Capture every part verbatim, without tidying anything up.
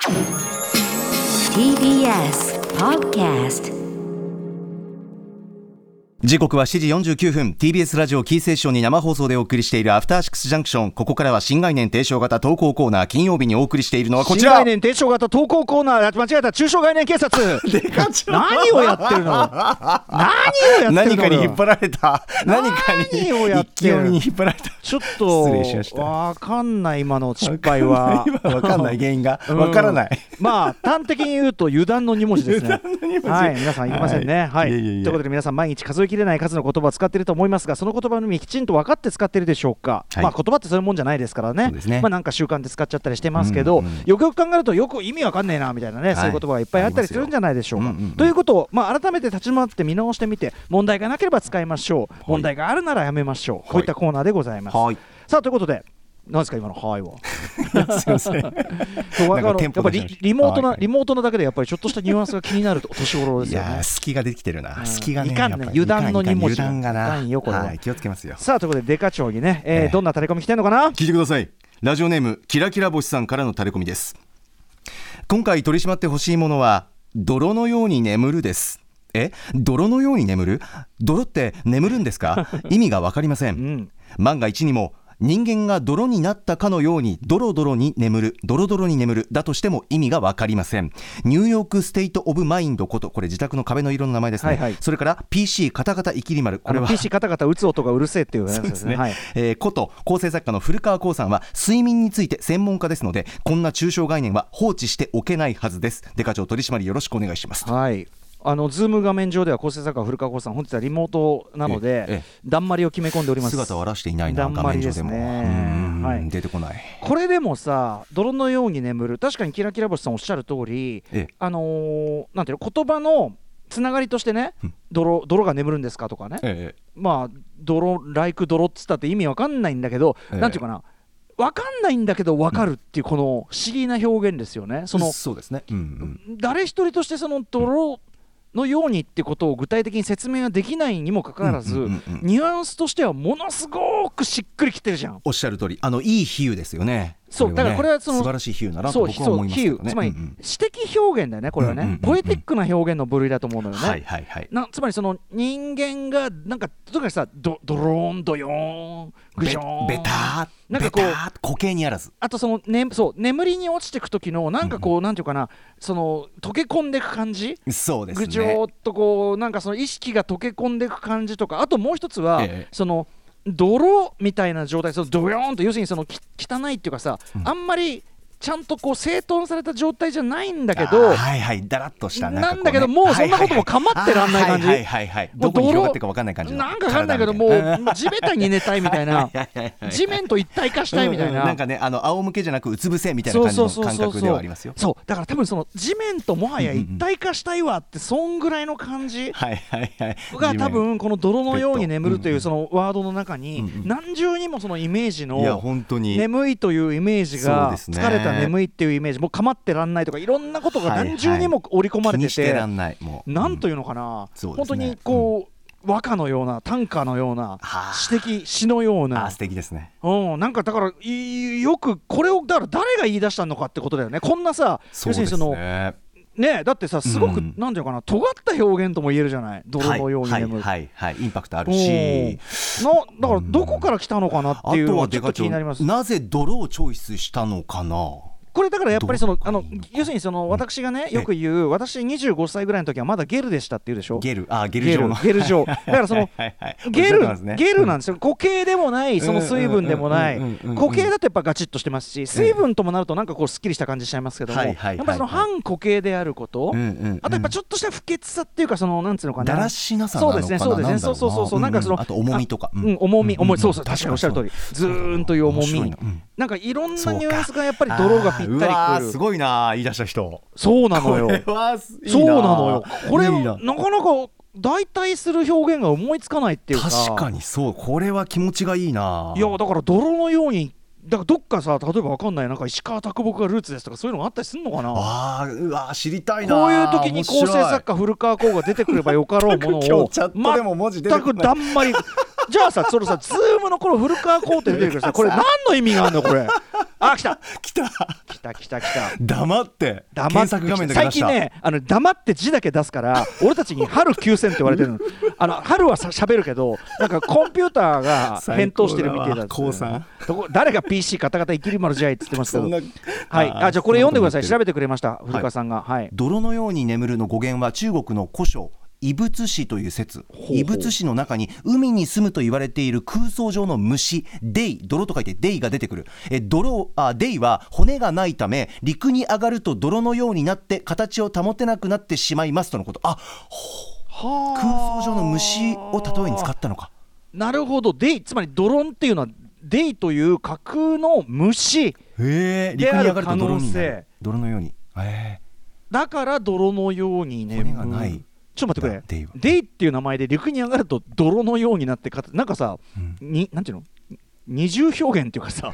ティービーエス Podcast。 時刻はしちじよんじゅうきゅうふん、 ティービーエス ラジオキーセーションに生放送でお送りしているアフターシックスジャンクション。ここからは新概念提唱型投稿コーナー。金曜日にお送りしているのはこちら、 新概念提唱型投稿コーナー。間違えた、中小概念警察デカ長何をやってるの何をやってるの何かに引っ張られた何かに何をやってる勢いに引っ張られた。 ちょっと失礼しました。 わかんない、今の失敗はわかんない原因がわからない、 うん、まあ端的に言うと油断のに文字ですね。はい、皆さんいけませんね。はい、 はい、いやいやいや、 ということで皆さん毎日数えきれない数の言葉を使っていると思いますが、その言葉の意味きちんと分かって使っているでしょうか。はい、まあ言葉ってそういうもんじゃないですからね。 そうですね。まあなんか習慣で使っちゃったりしてますけど、うんうん、よくよく考えるとよく意味わかんねえなみたいなね、はい、そういう言葉がいっぱいあったりするんじゃないでしょうか。うんうんうん、ということを、まあ、改めて立ち回って見直してみて、問題がなければ使いましょう、はい、問題があるならやめましょう、はい、こういったコーナーでございます。はい、さあということで、何ですか今のはいはすいませんやっぱり リ, リモートなリモートなだけでやっぱりちょっとしたニュアンスが気になると年頃ですよね。 いや隙が出てきてるな、うん、隙がね、 いかんね、油断のに文字が油断がな、 よこれは、 はい、気をつけますよ。 さあということでデカ長にね、えーえー、どんなタレコミ来てんのかな、 聞いてください。ラジオネームキラキラ星さんからのタレコミです。今回取り締まってほしいものは泥のように眠るです。え、泥のように眠る？泥って眠るんですか？意味がわかりません、うん、万が一にも人間が泥になったかのようにドロドロに眠る、ドロドロに眠るだとしても意味が分かりません。ニューヨークステイトオブマインドこと、これ自宅の壁の色の名前ですね、はいはい、それから ピーシー カタカタイキリマル、これはピーシー カタカタ打つ音がうるせえっていうやつですね。はい、 えー、こと構成作家の古川光さんは睡眠について専門家ですので、こんな抽象概念は放置しておけないはずです。デカ長取締りよろしくお願いします。 はい、あのズーム画面上では構成作家古川光さん、本日はリモートなので、ええ、だんまりを決め込んでおります。 姿を現していないな、だんまりですね、画面上でも、うん、はい、出てこない。 これでもさ、泥のように眠る、確かにキラキラ星さんおっしゃる通り、ええ、あのー、なんていうの、言葉のつながりとしてね、うん、泥, 泥が眠るんですかとかね、ええ、まあ泥ライク泥っつったって意味わかんないんだけど、ええ、なんていうかな、分かんないんだけど分かるっていうこの不思議な表現ですよね。そのそうですね、うんうん、 誰一人としてその泥のようにってことを具体的に説明はできないにもかかわらず、うんうんうんうん、ニュアンスとしてはものすごくしっくりきてるじゃん。 おっしゃる通り、あのいい比喩ですよね。 そう、だからこれはその素晴らしい比喩ならと僕は思いますけどね。 つまり詩的表現だよね、これはね、うんうんうんうん、ポエティックな表現の部類だと思うのよね、はいはいはい、なつまりその人間がなんかとかさ、ドドローンドヨーングジョーンベターなんかこうベター固形にあらず、 あとその、ね、そう眠りに落ちていく時のなんかこう、うんうん、なんていうかな、その溶け込んでいく感じ、 そうですね、 ぐじょーっとこうなんかその意識が溶け込んでいく感じとか、あともう一つは、ええ、その泥みたいな状態、そのドヨーンと要するにその汚いっていうかさ、うん、あんまりちゃんとこう整頓された状態じゃないんだけど、 はいはい、だらっとしたなんだけど、もうそんなことも構ってらんない感じ、 はいはいはい、どこに広がってるか分かんない感じ、 なんか分かんないけど、もう地べたに寝たいみたいな地面と一体化したいみたいな、うんうん、 なんかね、あの仰向けじゃなくうつ伏せみたいな感じの感覚ではありますよ。 そうだから多分その地面ともはや一体化したいわってそんぐらいの感じが多分この泥のように眠るというそのワードの中に何重にもそのイメージの眠いというイメージが、疲れた眠いっていうイメージ、もう構ってらんないとかいろんなことが何重にも織り込まれてて、はいはい、な, なんというのかな、うん、本当にこう、うん、和歌のような短歌のような詩的詩のような、 あ素敵ですね、 うん、なんかだからよくこれをだから誰が言い出したのかってことだよね。こんなさ、 そうですね、 要するにそのね、だってさ、すごく、うん、なんていうのかな、尖った表現とも言えるじゃない、泥のように眠る、 はいはいはいはい、インパクトあるし、 なだからどこから来たのかなっていうのはちょっと気になります。 なぜ泥をチョイスしたのかな。 これだからやっぱりそのあの要するにその私がねよく言う、私にじゅうごさいぐらいの時はまだゲルでしたって言うでしょ。 ゲル、あゲル状のゲル状だからそのゲルゲルなんですよ。固形でもない、その水分でもない固形だとやっぱガチッとしてますし、水分ともなるとなんかこうすっきりした感じしちゃいますけども、やっぱりその半固形であること、あとやっぱちょっとした不潔さっていうか、そのなんつうのかな、 だらしなさなのかな、 そうですねそうですね、そうそうそうそう、なんかそのあと重みとか、 うん重み重い、そうそう、確かにおっしゃる通り、ズーンという重み、なんかいろんなニュアンスがやっぱり泥がぴったりくる。 すごいな、言い出した人。 そうなのよ、 これはいいな、 そうなのよ、これなかなか代替する表現が思いつかないっていうか。 確かにそう、これは気持ちがいいな。 いやだから泥のように、だからどっかさ、例えば分かんない、なんか石川啄木がルーツですとかそういうのがあったりするのかな。 あー、うわ知りたいな。 こういう時に構成作家古川光が出てくればよかろうものを今日チャットでも文字出てこない全くだんまりじゃあさ、そのさ、ズームのこの古川光って出てくるさ、これ何の意味があるのこれ。ああ来た来た来た来た来た黙って黙って検索画面だけ出した。 最近ねあの黙って字だけ出すから俺たちに春きゅうせんって言われてるのあの春はさ喋るけどなんかコンピューターが返答してるみたいだ高さん誰が ピーシー カタカタ生きり丸じゃいって言ってますけどはい、あじゃあこれ読んでください。調べてくれました古川さんが、はいはい、 泥のように眠るの語源は中国の古書異物詩という説。異物詩の中に海に住むと言われている空想上の虫デイ、泥と書いてデイが出てくる。え泥あデイは骨がないため陸に上がると泥のようになって形を保てなくなってしまいますとのこと。あほ空想上の虫を例えに使ったのか。 なるほど。デイつまりドロンっていうのはデイという架空の虫へ陸に上がると泥になる泥のようにへだから泥のようにね骨がないちょっと待ってくれデイ、デイっていう名前で陸に上がると泥のようになってかなんかさ、うん、になんていうの二重表現っていうかさ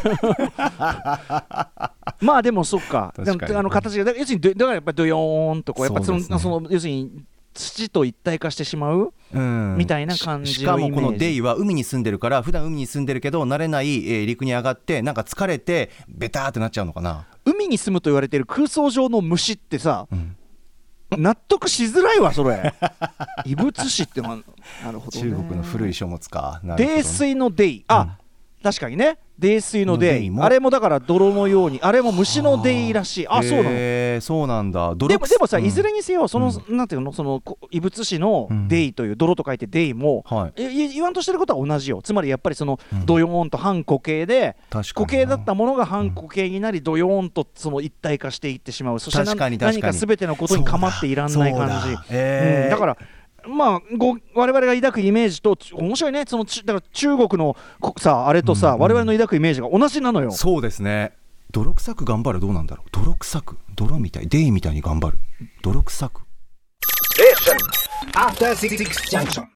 まあでもそっかでもあの形がだから要するにだからやっぱりドヨーンとこうやっぱその、ね、その要するに土と一体化してしまう、うん、みたいな感じのイメージ。しかもこのデイは海に住んでるから普段海に住んでるけど慣れない、えー、陸に上がってなんか疲れてベターってなっちゃうのかな。 海に住むと言われている空想上の虫ってさ、うん納得しづらいわそれ異物詩ってのはなるほど、ね、 中国の古い書物か。 泥水のデイあ、うん、確かにね泥水のデイあれもだから泥のようにあれも虫のデイらしい。あそうなのそうなんだ。 でもでもさ、うん、いずれにせよその、うん、なんていうのその異物詩のデイという、うん、泥と書いてデイも、はい、言わんとしてることは同じよ。つまりやっぱりその、うん、ドヨーンと半固形で固形だったものが半固形になり、うん、ドヨーンとその一体化していってしまう。そして何か全てのことに構っていらんない感じ。だ,、えーうん、だからまあ、ご我々が抱くイメージと面白いね。そのだから中国のさあれとさ、うんうん、我々の抱くイメージが同じなのよ。 そうですね。泥臭く頑張るどうなんだろう。泥臭く泥みたいデイみたいに頑張る泥臭く。